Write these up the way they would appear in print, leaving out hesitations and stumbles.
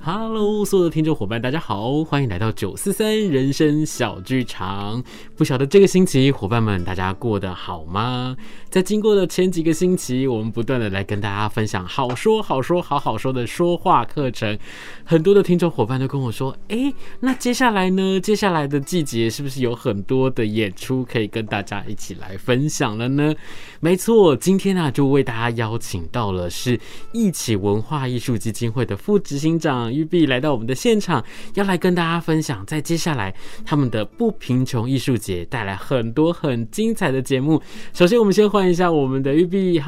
Hello， 所有的听众伙伴，大家好，欢迎来到943人生小剧场。不晓得这个星期伙伴们大家过得好吗？在经过的前几个星期，我们不断的来跟大家分享好说好说好好说的说话课程。很多的听众伙伴都跟我说，那接下来呢？接下来的季节是不是有很多的演出可以跟大家一起来分享了呢？没错，今天就为大家邀请到了是一起文化艺术基金会的副执行长玉碧来到我们的现场，要来跟大家分享在接下来他们的不贫穷艺术节带来很多很精彩的节目。首先我们先欢迎一下我们的玉碧。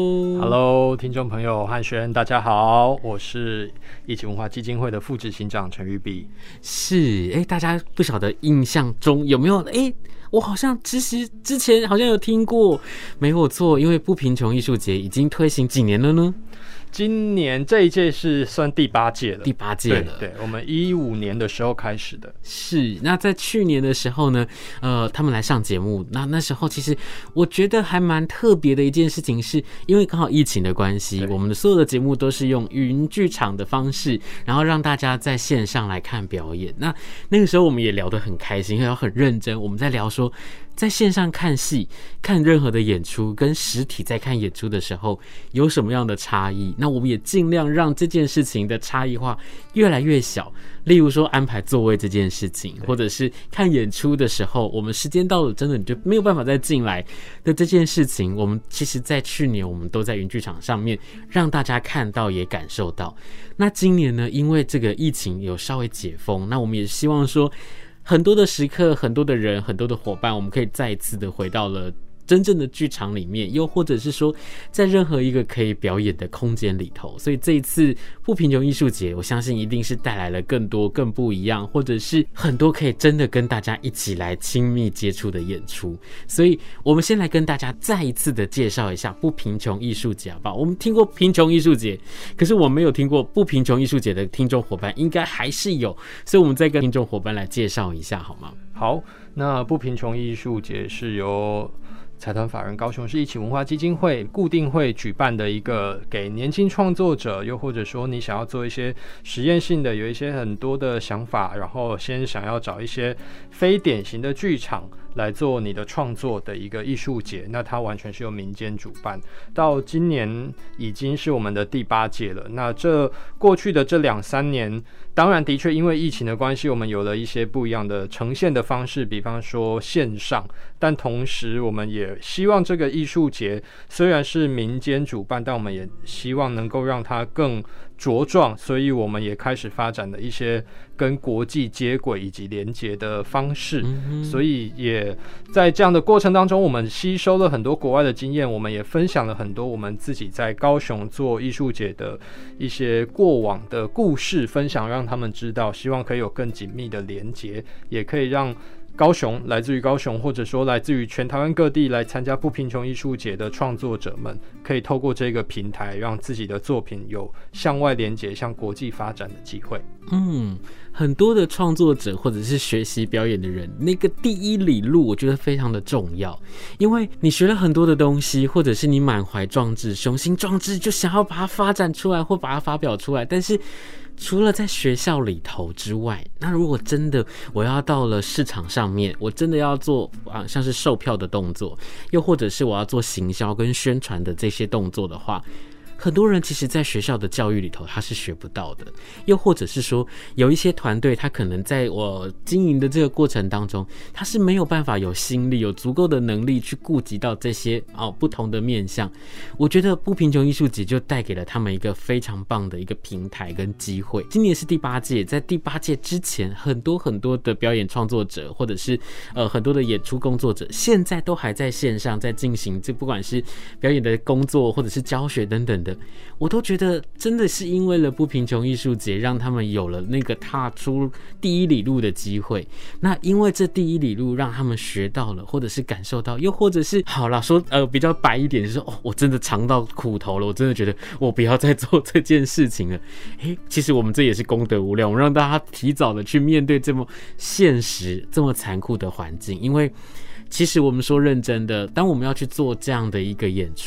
Hello， 听众朋友汉轩大家好，我是一起文化基金会的副执行长陈玉碧。 是，大家不晓得印象中有没有我好像其实之前好像有听过，没有错，因为不贫穷艺术节已经推行几年了呢？ 今年这一届是算第8届了，对，我们15年的时候开始的。 是，那在去年的时候呢，他们来上节目，那时候其实我觉得还蛮特别的一件事情是，因为刚好疫情的关系，我们的所有的节目都是用云剧场的方式，然后让大家在线上来看表演。那个时候我们也聊得很开心，也很认真，我们在聊说，在线上看戏、看任何的演出，跟实体在看演出的时候有什么样的差异？那我们也尽量让这件事情的差异化越来越小。例如说安排座位这件事情，或者是看演出的时候，我们时间到了，真的你就没有办法再进来的这件事情，我们其实在去年我们都在云剧场上面让大家看到也感受到。那今年呢，因为这个疫情有稍微解封，那我们也希望说，很多的时刻，很多的人，很多的伙伴，我们可以再一次的回到了真正的剧场里面，又或者是说在任何一个可以表演的空间里头。所以这一次不贫穷艺术节，我相信一定是带来了更多更不一样，或者是很多可以真的跟大家一起来亲密接触的演出。所以我们先来跟大家再一次的介绍一下不贫穷艺术节好不好？我们听过贫穷艺术节，可是我没有听过不贫穷艺术节的听众伙伴应该还是有，所以我们再跟听众伙伴来介绍一下好吗？ 好，那不贫穷艺术节是由财团法人高雄市一起文化基金会固定会举办的一个给年轻创作者，又或者说你想要做一些实验性的，有一些很多的想法，然后先想要找一些非典型的剧场来做你的创作的一个艺术节。那它完全是由民间主办，到今年已经是我们的第8届了。那这过去的这2-3年，当然的确因为疫情的关系，我们有了一些不一样的呈现的方式，比方说线上，但同时我们也希望这个艺术节虽然是民间主办，但我们也希望能够让它更茁壮，所以我们也开始发展了一些跟国际接轨以及连结的方式。所以也在这样的过程当中，我们吸收了很多国外的经验，我们也分享了很多我们自己在高雄做艺术节的一些过往的故事分享，让他们知道，希望可以有更紧密的连结，也可以让高雄，来自于高雄，或者说来自于全台湾各地来参加不贫穷艺术节的创作者们，可以透过这个平台，让自己的作品有向外连结、向国际发展的机会。 很多的创作者或者是学习表演的人，那个第一里路我觉得非常的重要，因为你学了很多的东西，或者是你满怀壮志、雄心壮志，就想要把它发展出来或把它发表出来，但是除了在学校里头之外，那如果真的我要到了市场上面，我真的要做像是售票的动作，又或者是我要做行销跟宣传的这些动作的话，很多人其实在学校的教育里头他是学不到的，又或者是说有一些团队他可能在我经营的这个过程当中，他是没有办法有心力有足够的能力去顾及到这些不同的面向。我觉得不贫穷艺术节就带给了他们一个非常棒的一个平台跟机会。今年是第8届，在第8届之前，很多很多的表演创作者或者是很多的演出工作者现在都还在线上在进行这不管是表演的工作或者是教学等等的，我都觉得真的是因为了不贫穷艺术节，让他们有了那个踏出第一里路的机会。那因为这第一里路让他们学到了，或者是感受到，又或者是好啦说比较白一点，就是说我真的尝到苦头了，我真的觉得我不要再做这件事情了。其实我们这也是功德无量，我们让大家提早的去面对这么现实、这么残酷的环境，因为其实我们说认真的，当我们要去做这样的一个演出，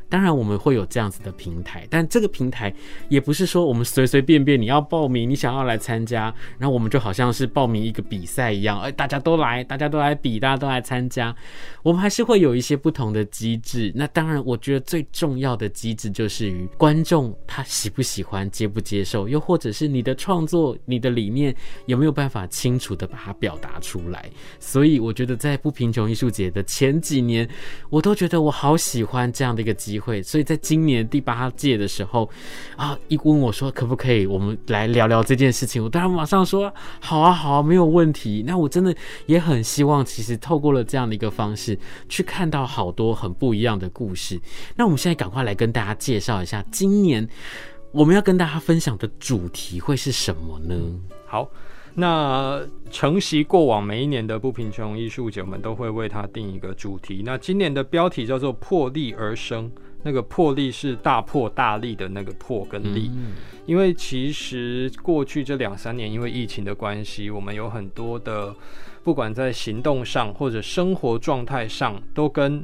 当然我们会有这样子的平台，但这个平台也不是说我们随随便便你要报名，你想要来参加，然后我们就好像是报名一个比赛一样，大家都来比，大家都来参加。我们还是会有一些不同的机制。那当然我觉得最重要的机制就是于观众他喜不喜欢，接不接受，又或者是你的创作你的理念有没有办法清楚的把它表达出来。所以我觉得在不贫穷艺术节的前几年，我都觉得我好喜欢这样的一个机会。所以在今年第8届的时候一问我说可不可以我们来聊聊这件事情，我当然马上说好啊没有问题。那我真的也很希望其实透过了这样的一个方式去看到好多很不一样的故事。那我们现在赶快来跟大家介绍一下今年我们要跟大家分享的主题会是什么呢？ 好，那承袭过往每一年的不贫穷艺术节，我们都会为它定一个主题。那今年的标题叫做破例而生，那个破例是大破大立的那个破跟立。因为其实过去这2-3年因为疫情的关系，我们有很多的不管在行动上或者生活状态上都跟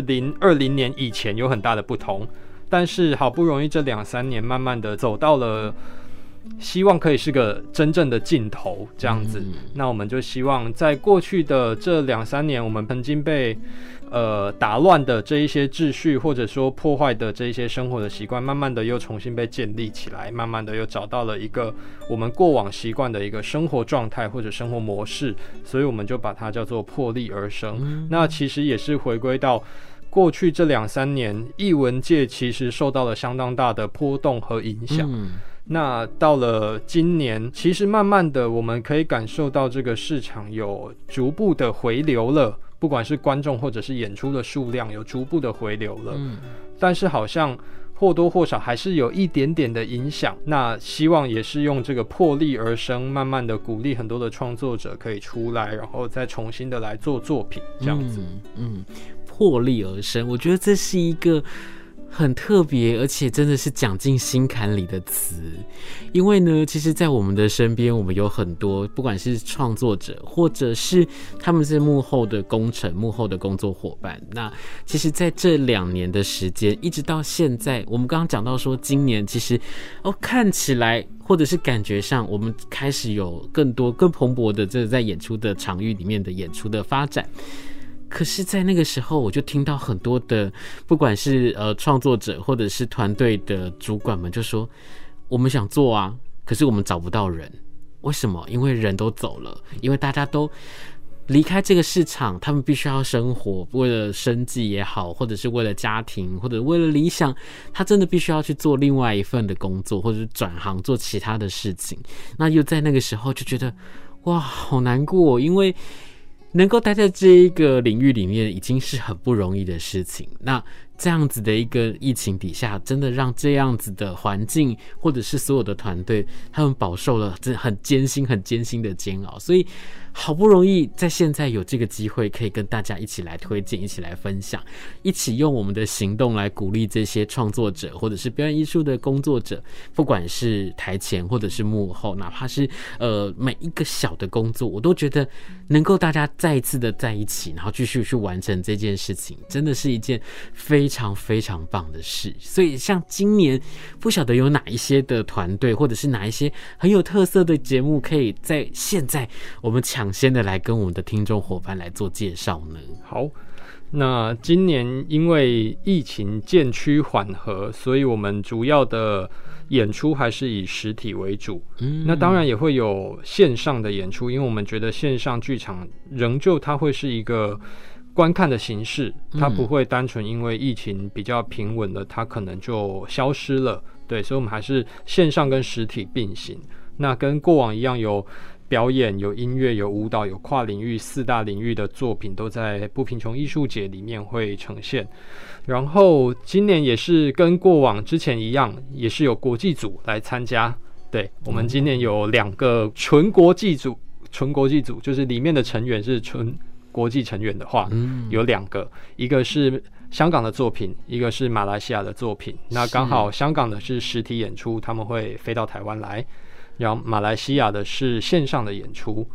2020年以前有很大的不同。但是好不容易这2-3年慢慢的走到了希望可以是个真正的尽头这样子。那我们就希望在过去的这2-3年，我们曾经被打乱的这一些秩序，或者说破坏的这一些生活的习惯，慢慢的又重新被建立起来，慢慢的又找到了一个我们过往习惯的一个生活状态或者生活模式，所以我们就把它叫做破例而生。那其实也是回归到过去这2-3年，艺文界其实受到了相当大的波动和影响。那到了今年，其实慢慢的我们可以感受到这个市场有逐步的回流了，不管是观众或者是演出的数量有逐步的回流了。但是好像或多或少还是有一点点的影响。那希望也是用这个破例而生，慢慢的鼓励很多的创作者可以出来，然后再重新的来做作品这样子。 破例而生，我觉得这是一个很特别而且真的是讲进心坎里的词。因为呢其实在我们的身边，我们有很多不管是创作者或者是他们是幕后的工程幕后的工作伙伴。那其实在这2年的时间一直到现在，我们刚刚讲到说今年其实看起来或者是感觉上我们开始有更多更蓬勃的这在演出的场域里面的演出的发展。可是在那个时候我就听到很多的不管是创作者或者是团队的主管们就说我们想做啊，可是我们找不到人。为什么？因为人都走了，因为大家都离开这个市场，他们必须要生活，为了生计也好，或者是为了家庭，或者为了理想，他真的必须要去做另外一份的工作，或者是转行做其他的事情。那又在那个时候就觉得哇好难过，因为能够待在这一个领域里面已经是很不容易的事情。那这样子的一个疫情底下，真的让这样子的环境或者是所有的团队他们饱受了很艰辛的煎熬。所以好不容易在现在有这个机会可以跟大家一起来推荐，一起来分享，一起用我们的行动来鼓励这些创作者或者是表演艺术的工作者，不管是台前或者是幕后，哪怕是每一个小的工作，我都觉得能够大家再一次的在一起，然后继续去完成这件事情，真的是一件非常非常棒的事。所以像今年不晓得有哪一些的团队或者是哪一些很有特色的节目可以在现在我们抢先的来跟我们的听众伙伴来做介绍呢？ 好，那今年因为疫情渐趋缓和，所以我们主要的演出还是以实体为主。那当然也会有线上的演出，因为我们觉得线上剧场仍旧它会是一个观看的形式，它不会单纯因为疫情比较平稳了，它可能就消失了。对，所以我们还是线上跟实体并行。那跟过往一样，有表演、有音乐、有舞蹈、有跨领域4大领域的作品都在不贫穷艺术节里面会呈现。然后今年也是跟过往之前一样，也是有国际组来参加。对，我们今年有2个纯国际组，就是里面的成员是纯国际成员的话，有2个，一个是香港的作品，一个是马来西亚的作品。那刚好香港的是实体演出，他们会飞到台湾来，然后马来西亚的是线上的演出。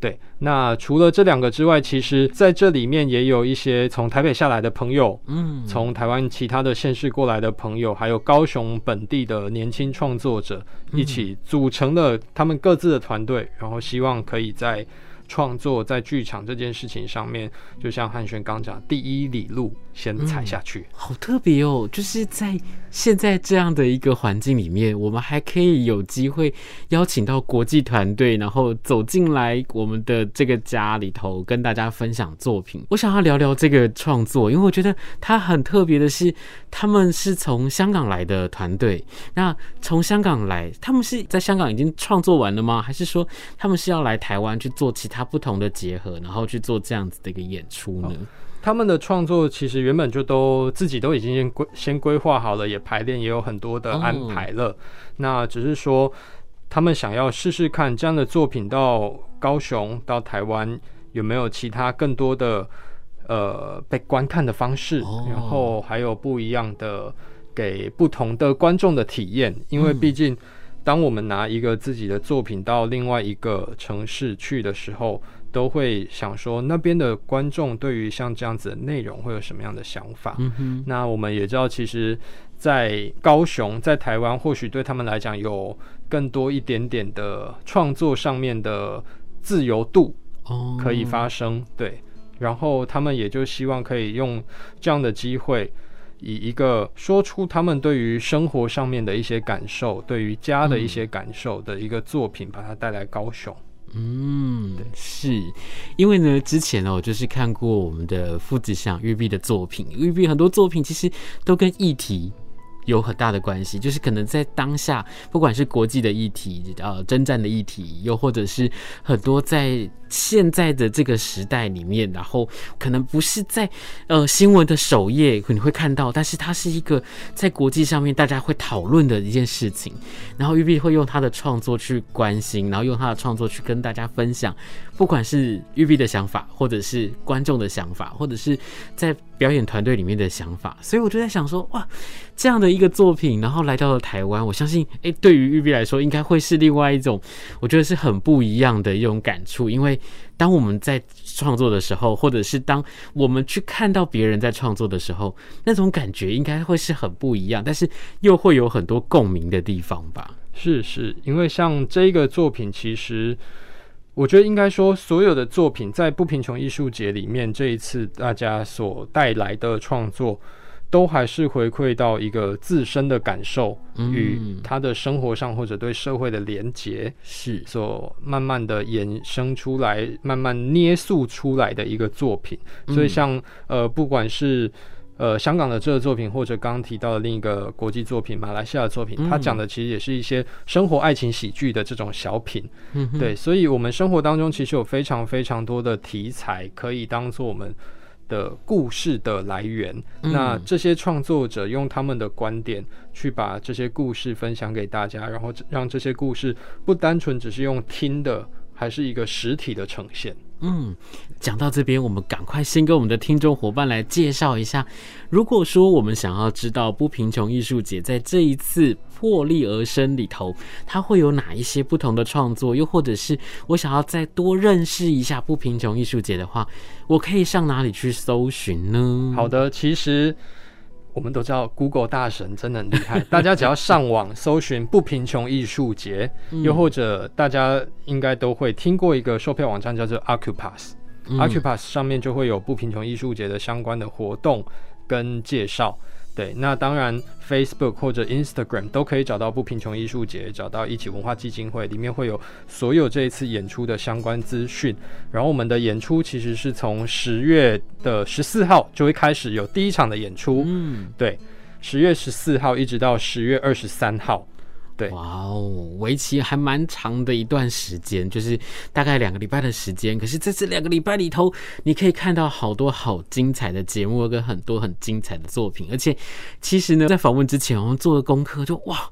对，那除了这2个之外，其实在这里面也有一些从台北下来的朋友，从台湾其他的县市过来的朋友，还有高雄本地的年轻创作者，一起组成了他们各自的团队，然后希望可以在创作在剧场这件事情上面，就像汉轩刚讲，第一里路先踩下去。 好特别哦，就是在现在这样的一个环境里面，我们还可以有机会邀请到国际团队，然后走进来我们的这个家里头，跟大家分享作品。我想要聊聊这个创作，因为我觉得它很特别的是，他们是从香港来的团队。那从香港来，他们是在香港已经创作完了吗？还是说他们是要来台湾去做其他不同的结合，然后去做这样子的一个演出呢？ 他们的创作其实原本就自己都已经先规划好了，也排练，也有很多的安排了。那只是说他们想要试试看这样的作品到高雄、到台湾有没有其他更多的被观看的方式，然后还有不一样的给不同的观众的体验。因为毕竟当我们拿一个自己的作品到另外一个城市去的时候，都会想说那边的观众对于像这样子的内容会有什么样的想法。那我们也知道，其实在高雄在台湾或许对他们来讲有更多一点点的创作上面的自由度可以发生。对，然后他们也就希望可以用这样的机会，以一个说出他们对于生活上面的一些感受，对于家的一些感受的一个作品，把它带来高雄。 是因为呢，之前我就是看过我们的傅子祥玉碧的作品，玉碧很多作品其实都跟议题有很大的关系，就是可能在当下，不管是国际的议题、征战的议题，又或者是很多在现在的这个时代里面，然后可能不是在新闻的首页你会看到，但是它是一个在国际上面大家会讨论的一件事情。然后玉碧会用他的创作去关心，然后用他的创作去跟大家分享，不管是玉碧的想法，或者是观众的想法，或者是在表演团队里面的想法。所以我就在想说，哇，这样的一个作品，然后来到了台湾，我相信对于玉碧来说应该会是另外一种，我觉得是很不一样的一种感触。因为当我们在创作的时候，或者是当我们去看到别人在创作的时候，那种感觉应该会是很不一样，但是又会有很多共鸣的地方吧。 是，因为像这个作品，其实我觉得应该说，所有的作品在不贫穷艺术节里面，这一次大家所带来的创作，都还是回馈到一个自身的感受与他的生活上或者对社会的连结，是所慢慢的衍生出来、慢慢捏塑出来的一个作品。所以像不管是香港的这个作品，或者刚刚提到的另一个国际作品马来西亚的作品，它讲的其实也是一些生活爱情喜剧的这种小品。对，所以我们生活当中其实有非常非常多的题材可以当做我们的故事的来源。那这些创作者用他们的观点去把这些故事分享给大家，然后让这些故事不单纯只是用听的，还是一个实体的呈现。 讲到这边，我们赶快先跟我们的听众伙伴来介绍一下，如果说我们想要知道不贫穷艺术节在这一次破例而生里头，它会有哪一些不同的创作，又或者是我想要再多认识一下不贫穷艺术节的话，我可以上哪里去搜寻呢？ 好的，其实我们都知道 Google 大神真的很厉害，大家只要上网搜寻不贫穷艺术节，又或者大家应该都会听过一个售票网站叫做 Accupass，Accupass 上面就会有不贫穷艺术节的相关的活动跟介绍。对，那当然 Facebook 或者 Instagram 都可以找到不贫穷艺术节，找到一起文化基金会，里面会有所有这一次演出的相关资讯。然后我们的演出其实是从10月的14号就会开始有第一场的演出，对，10月14号一直到10月23号。对， 哇哦，为期还蛮长的一段时间，就是大概2个礼拜的时间。可是在这2个礼拜里头，你可以看到好多好精彩的节目跟很多很精彩的作品。而且其实呢，在访问之前我们做的功课就哇，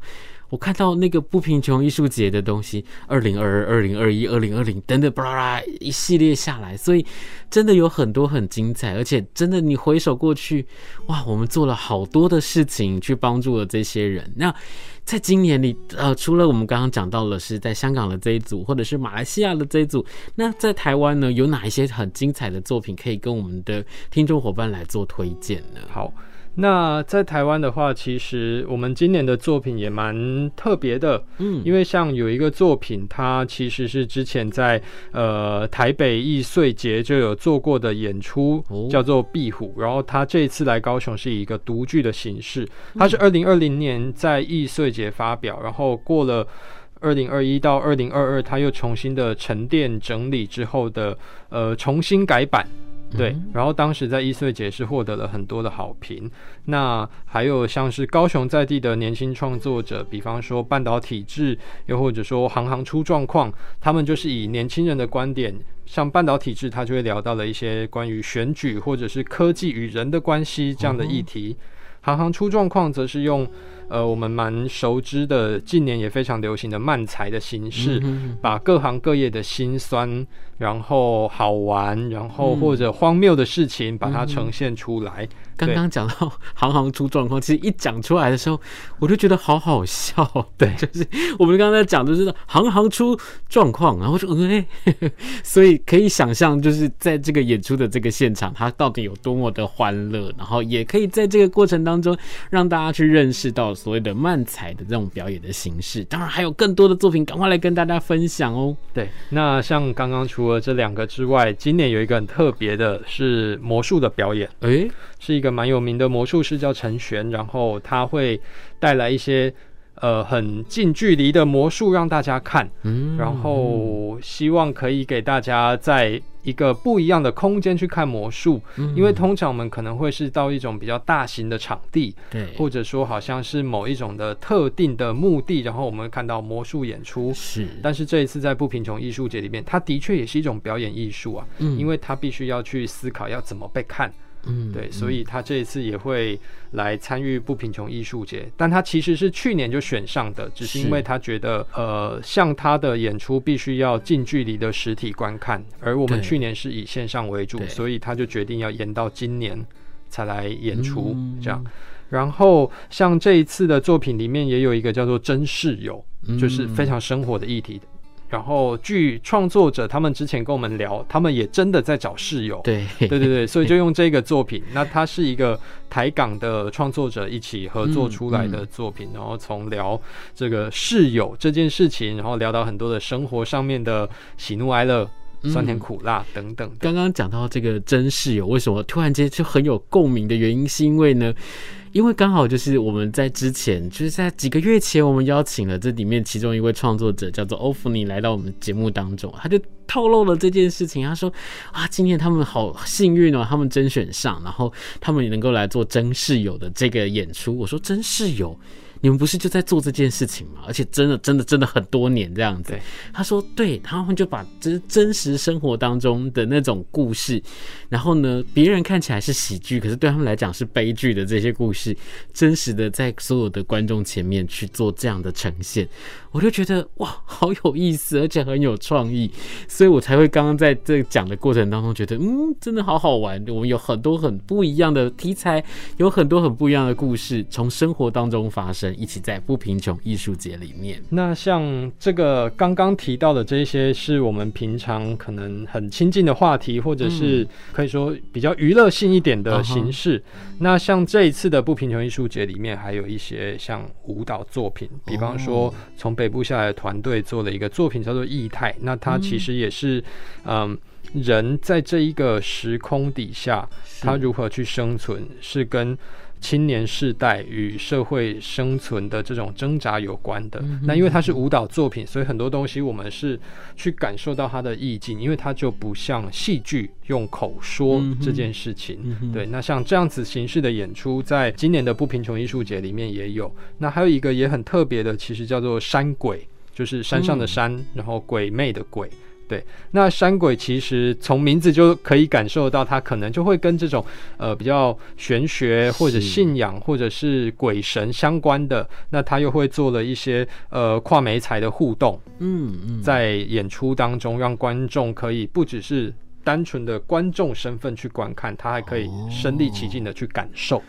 我看到那个不贫穷艺术节的东西，2022、2021、2020等等，巴拉巴拉一系列下来，所以真的有很多很精彩，而且真的你回首过去，哇，我们做了好多的事情去帮助了这些人。那在今年里，除了我们刚刚讲到了是在香港的这一组，或者是马来西亚的这一组，那在台湾呢，有哪一些很精彩的作品可以跟我们的听众伙伴来做推荐呢？ 好，那在台湾的话，其实我们今年的作品也蛮特别的，因为像有一个作品，它其实是之前在台北艺穗节就有做过的演出，叫做《壁虎》，然后它这一次来高雄是以一个独剧的形式，它是2020年在艺穗节发表，然后过了2021到2022，它又重新的沉淀整理之后的重新改版。对，然后当时在艺穗节是获得了很多的好评。那还有像是高雄在地的年轻创作者，比方说半导体制，又或者说行行出状况，他们就是以年轻人的观点，像半导体制，他就会聊到了一些关于选举或者是科技与人的关系这样的议题。行行出状况则是用我们蛮熟知的近年也非常流行的漫才的形式，把各行各业的辛酸，然后好玩，然后或者荒谬的事情把它呈现出来。 刚刚讲到行行出状况，其实一讲出来的时候，我就觉得好好笑。对，就是我们刚才讲的就是行行出状况，然后就所以可以想象，就是在这个演出的这个现场，它到底有多么的欢乐，然后也可以在这个过程当中让大家去认识到所谓的漫才的这种表演的形式。当然还有更多的作品，赶快来跟大家分享哦。 对，那像刚刚除了这2个之外，今年有一个很特别的是魔术的表演，是一个蛮有名的魔术师叫陈璇，然后他会带来一些很近距离的魔术让大家看，然后希望可以给大家在一个不一样的空间去看魔术，因为通常我们可能会是到一种比较大型的场地，对，或者说好像是某一种的特定的目的，然后我们会看到魔术演出，是。但是这一次在不贫穷艺术节里面，它的确也是一种表演艺术啊，因为它必须要去思考要怎么被看。对，所以他这一次也会来参与不贫穷艺术节，但他其实是去年就选上的，只是因为他觉得像他的演出必须要近距离的实体观看，而我们去年是以线上为主，所以他就决定要延到今年才来演出，这样。然后像这一次的作品里面也有一个叫做真室友，就是非常生活的议题的。然后据创作者他们之前跟我们聊，他们也真的在找室友，对，所以就用这个作品，那它是一个台港的创作者一起合作出来的作品，然后从聊这个室友这件事情，然后聊到很多的生活上面的喜怒哀乐，酸甜苦辣等等。 刚刚讲到这个真室友，为什么突然间就很有共鸣的原因，是因为呢？因为刚好就是我们在之前，就是在几个月前，我们邀请了这里面其中一位创作者叫做欧芙尼来到我们节目当中，他就透露了这件事情。他说啊，今年他们好幸运哦，他们甄选上，然后他们也能够来做真室友的这个演出。我说真室友，你们不是就在做这件事情吗？而且真的很多年这样子。他说对，他们就把真实生活当中的那种故事，然后呢，别人看起来是喜剧，可是对他们来讲是悲剧的这些故事，真实的在所有的观众前面去做这样的呈现。我就觉得哇，好有意思，而且很有创意，所以我才会刚刚在这讲的过程当中觉得，真的好好玩。我们有很多很不一样的题材，有很多很不一样的故事，从生活当中发生，一起在不贫穷艺术节里面。 那像这个刚刚提到的这些，是我们平常可能很亲近的话题，或者是可以说比较娱乐性一点的形式。那像这一次的不贫穷艺术节里面，还有一些像舞蹈作品，比方说从北部下来的团队做了一个作品叫做异态，那它其实也是人在这一个时空底下他如何去生存，是跟青年世代与社会生存的这种挣扎有关的。那因为它是舞蹈作品，所以很多东西我们是去感受到它的意境，因为它就不像戏剧用口说这件事情。对，那像这样子形式的演出，在今年的不贫穷艺术节里面也有。那还有一个也很特别的，其实叫做山鬼，就是山上的山，然后鬼魅的鬼。 对，那山鬼其实从名字就可以感受到，它可能就会跟这种比较玄学或者信仰或者是鬼神相关的，那他又会做了一些跨媒材的互动，在演出当中让观众可以不只是单纯的观众身份去观看，他还可以身临其境的去感受。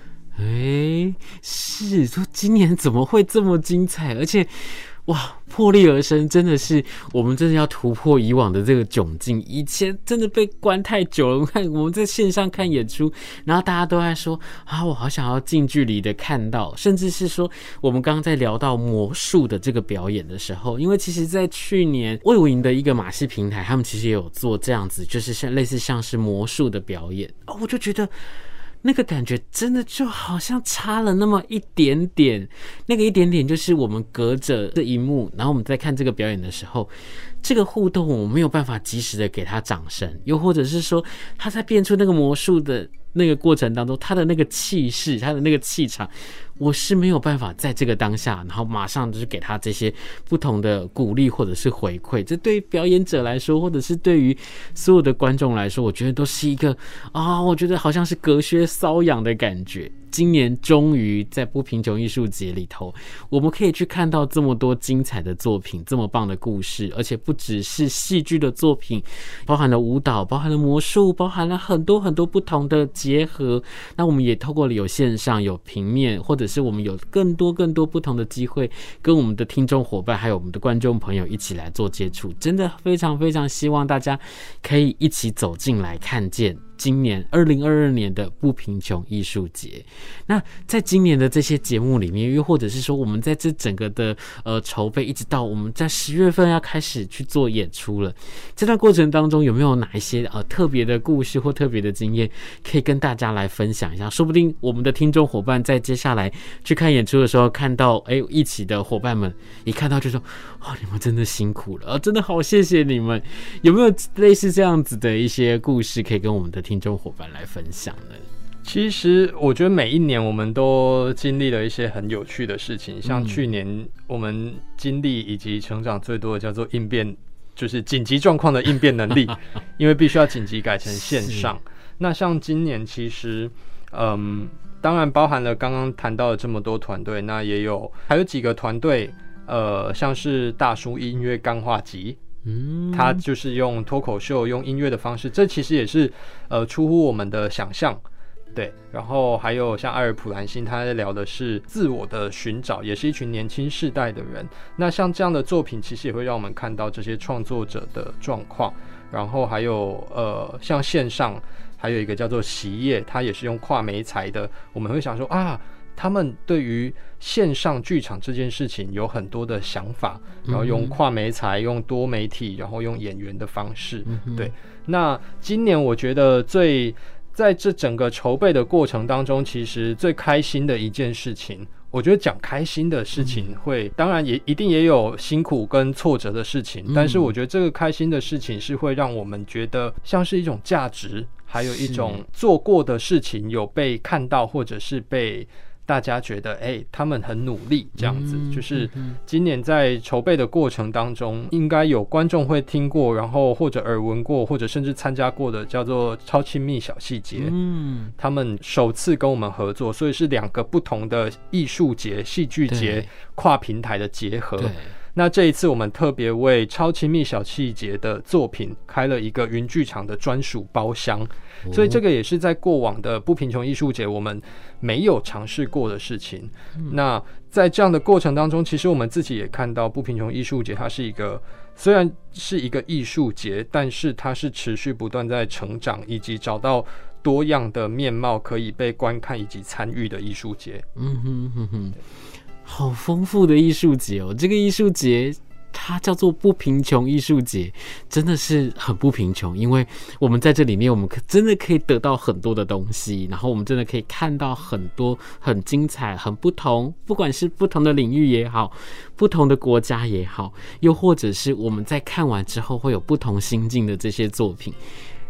是说今年怎么会这么精彩，而且哇，破例而生，真的是我们真的要突破以往的这个窘境。以前真的被关太久了，看我们在线上看演出，然后大家都在说啊，我好想要近距离的看到，甚至是说我们刚刚在聊到魔术的这个表演的时候，因为其实在去年卫武营的一个马戏平台，他们其实也有做这样子，就是类似像是魔术的表演，我就觉得那个感觉真的就好像差了那么一点点，那个一点点就是我们隔着这一幕，然后我们在看这个表演的时候，这个互动我没有办法及时的给他掌声，又或者是说他在变出那个魔术的那个过程当中，他的那个气势，他的那个气场，我是没有办法在这个当下，然后马上就是给他这些不同的鼓励或者是回馈。这对于表演者来说，或者是对于所有的观众来说，我觉得都是一个我觉得好像是隔靴搔痒的感觉。今年终于在不贫穷艺术节里头，我们可以去看到这么多精彩的作品，这么棒的故事，而且不只是戏剧的作品，包含了舞蹈，包含了魔术，包含了很多很多不同的结合。那我们也透过了有线上有平面，或者是我们有更多不同的机会跟我们的听众伙伴还有我们的观众朋友一起来做接触，真的非常非常希望大家可以一起走进来看见今年2022年的不贫穷艺术节。那在今年的这些节目里面，又或者是说我们在这整个的筹备，一直到我们在10月份要开始去做演出了，这段过程当中有没有哪一些特别的故事或特别的经验可以跟大家来分享一下？说不定我们的听众伙伴在接下来去看演出的时候，看到一起的伙伴们一看到就说你们真的辛苦了，真的好谢谢你们。有没有类似这样子的一些故事可以跟我们的听众伙伴来分享呢？ 其实我觉得每一年我们都经历了一些很有趣的事情，像去年我们经历以及成长最多的叫做应变，就是紧急状况的应变能力，因为必须要紧急改成线上。那像今年其实当然包含了刚刚谈到的这么多团队，那还有几个团队像是大叔音乐钢化集，他就是用脱口秀用音乐的方式，这其实也是出乎我们的想象。对，然后还有像艾尔普兰辛，他在聊的是自我的寻找，也是一群年轻世代的人。那像这样的作品，其实也会让我们看到这些创作者的状况。然后还有像线上还有一个叫做习业，他也是用跨媒材的。我们会想说他们对于线上剧场这件事情有很多的想法，然后用跨媒材、用多媒体，然后用演员的方式。对，那今年我觉得在这整个筹备的过程当中，其实最开心的一件事情，我觉得讲开心的事情当然也一定也有辛苦跟挫折的事情，但是我觉得这个开心的事情是会让我们觉得像是一种价值，还有一种做过的事情有被看到，或者是被大家觉得他们很努力这样子。就是今年在筹备的过程当中，应该有观众会听过，然后或者耳闻过，或者甚至参加过的叫做超亲密小细节，他们首次跟我们合作，所以是2个不同的艺术节、戏剧节跨平台的结合。那这一次我们特别为超亲密小细节的作品开了一个云剧场的专属包厢，所以这个也是在过往的不贫穷艺术节我们没有尝试过的事情。那在这样的过程当中，其实我们自己也看到不贫穷艺术节它是一个虽然是一个艺术节，但是它是持续不断在成长，以及找到多样的面貌可以被观看以及参与的艺术节。好丰富的艺术节这个艺术节它叫做不贫穷艺术节，真的是很不贫穷，因为我们在这里面我们真的可以得到很多的东西，然后我们真的可以看到很多很精彩很不同，不管是不同的领域也好，不同的国家也好，又或者是我们在看完之后会有不同心境的这些作品。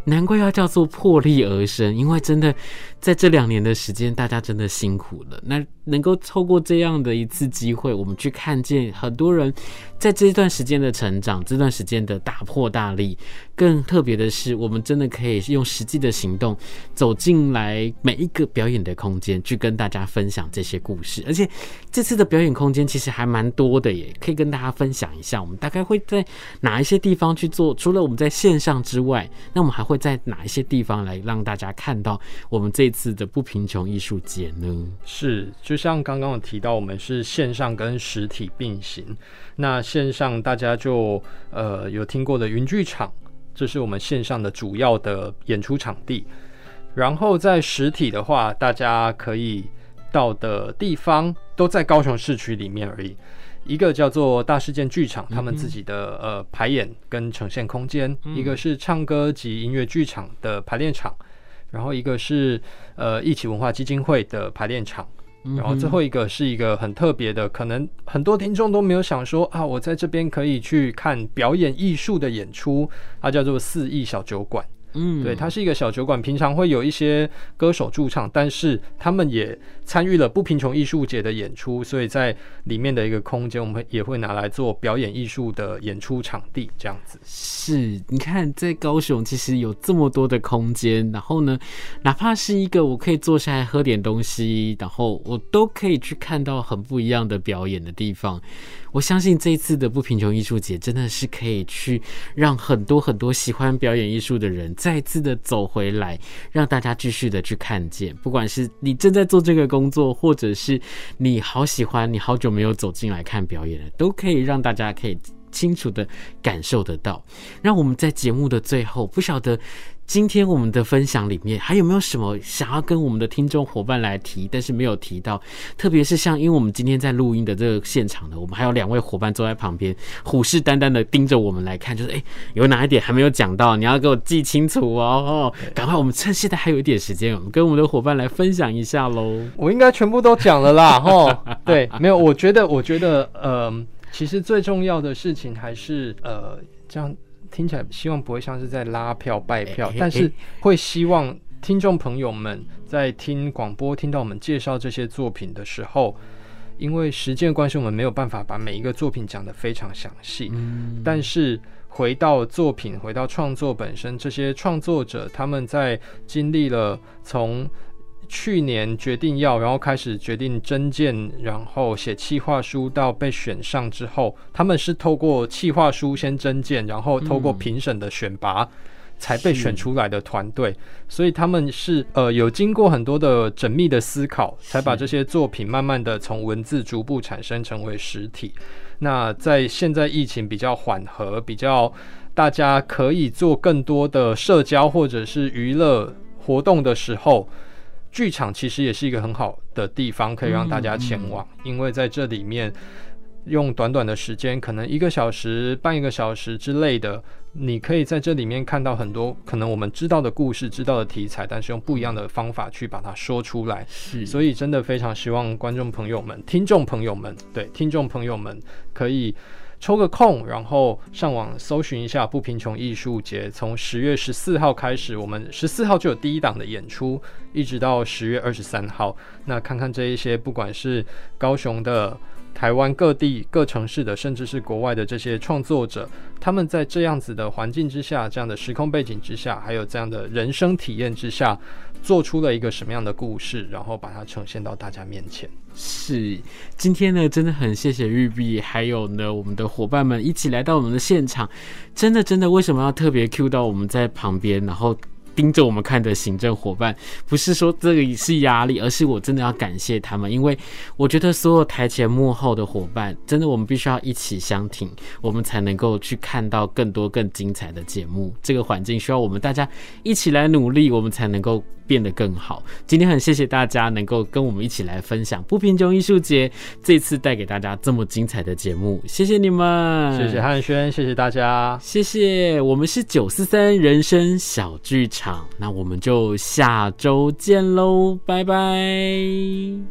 难怪要叫做破例而生，因为真的在这2年的时间，大家真的辛苦了。那能够透过这样的一次机会，我们去看见很多人在这段时间的成长，这段时间的大破大立。更特别的是，我们真的可以用实际的行动走进来每一个表演的空间，去跟大家分享这些故事。而且这次的表演空间其实还蛮多的耶，可以跟大家分享一下。我们大概会在哪一些地方去做？除了我们在线上之外，那我们还会在哪一些地方来让大家看到我们这次的不贫穷艺术节呢？ 是，就像刚刚有提到，我们是线上跟实体并行。那线上大家就有听过的云剧场，这是我们线上的主要的演出场地。然后在实体的话，大家可以到的地方都在高雄市区里面而已。一个叫做大事件剧场，他们自己的排演跟呈现空间；一个是唱歌及音乐剧场的排练场，然后一个是一起文化基金会的排练场。然后最后一个是一个很特别的，可能很多听众都没有想说啊，我在这边可以去看表演艺术的演出，它叫做4亿小酒馆。对，它是一个小酒馆，平常会有一些歌手驻唱，但是他们也参与了不贫穷艺术节的演出，所以在里面的一个空间，我们也会拿来做表演艺术的演出场地，这样子。 是，你看在高雄其实有这么多的空间，然后呢，哪怕是一个我可以坐下来喝点东西，然后我都可以去看到很不一样的表演的地方。我相信这一次的不贫穷艺术节真的是可以去让很多很多喜欢表演艺术的人再次的走回来，让大家继续的去看见。不管是你正在做这个工作，或者是你好喜欢，你好久没有走进来看表演了，都可以让大家可以清楚的感受得到。让我们在节目的最后，不晓得今天我们的分享里面还有没有什么想要跟我们的听众伙伴来提，但是没有提到，特别是像因为我们今天在录音的这个现场呢，我们还有2位伙伴坐在旁边，虎视眈眈的盯着我们来看，就是有哪一点还没有讲到，你要给我记清楚哦。赶快，我们趁现在还有一点时间，我们跟我们的伙伴来分享一下咯。 我应该全部都讲了啦对，没有，我觉得其实最重要的事情还是这样听起来希望不会像是在拉票拜票，但是会希望听众朋友们在听广播听到我们介绍这些作品的时候，因为时间关系我们没有办法把每一个作品讲得非常详细，但是回到作品，回到创作本身，这些创作者他们在经历了从去年决定然后开始决定征件，然后写企划书到被选上之后，他们是透过企划书先征件，然后透过评审的选拔才被选出来的团队，所以他们是有经过很多的缜密的思考，才把这些作品慢慢的从文字逐步产生成为实体。那在现在疫情比较缓和，比较大家可以做更多的社交或者是娱乐活动的时候，剧场其实也是一个很好的地方，可以让大家前往，因为在这里面用短短的时间，可能1个小时、半1个小时之类的，你可以在这里面看到很多可能我们知道的故事、知道的题材，但是用不一样的方法去把它说出来。所以真的非常希望观众朋友们、听众朋友们可以抽个空，然后上网搜寻一下不贫穷艺术节。从10月14号开始，我们14号就有第1档的演出，一直到10月23号。那看看这一些，不管是高雄的、台湾各地各城市的，甚至是国外的这些创作者，他们在这样子的环境之下，这样的时空背景之下，还有这样的人生体验之下，做出了一个什么样的故事，然后把它呈现到大家面前。 是，今天呢真的很谢谢玉碧，还有呢我们的伙伴们一起来到我们的现场。真的为什么要特别 cue 到我们在旁边，然后盯着我们看的行政伙伴，不是说这个是压力，而是我真的要感谢他们，因为我觉得所有台前幕后的伙伴，真的我们必须要一起相挺，我们才能够去看到更多更精彩的节目。这个环境需要我们大家一起来努力，我们才能够变得更好。今天很谢谢大家能够跟我们一起来分享不贫穷艺术节这次带给大家这么精彩的节目，谢谢你们， 谢谢汉轩，谢谢大家， 谢谢。我们是943人生小剧场，那我们就下周见喽，拜拜。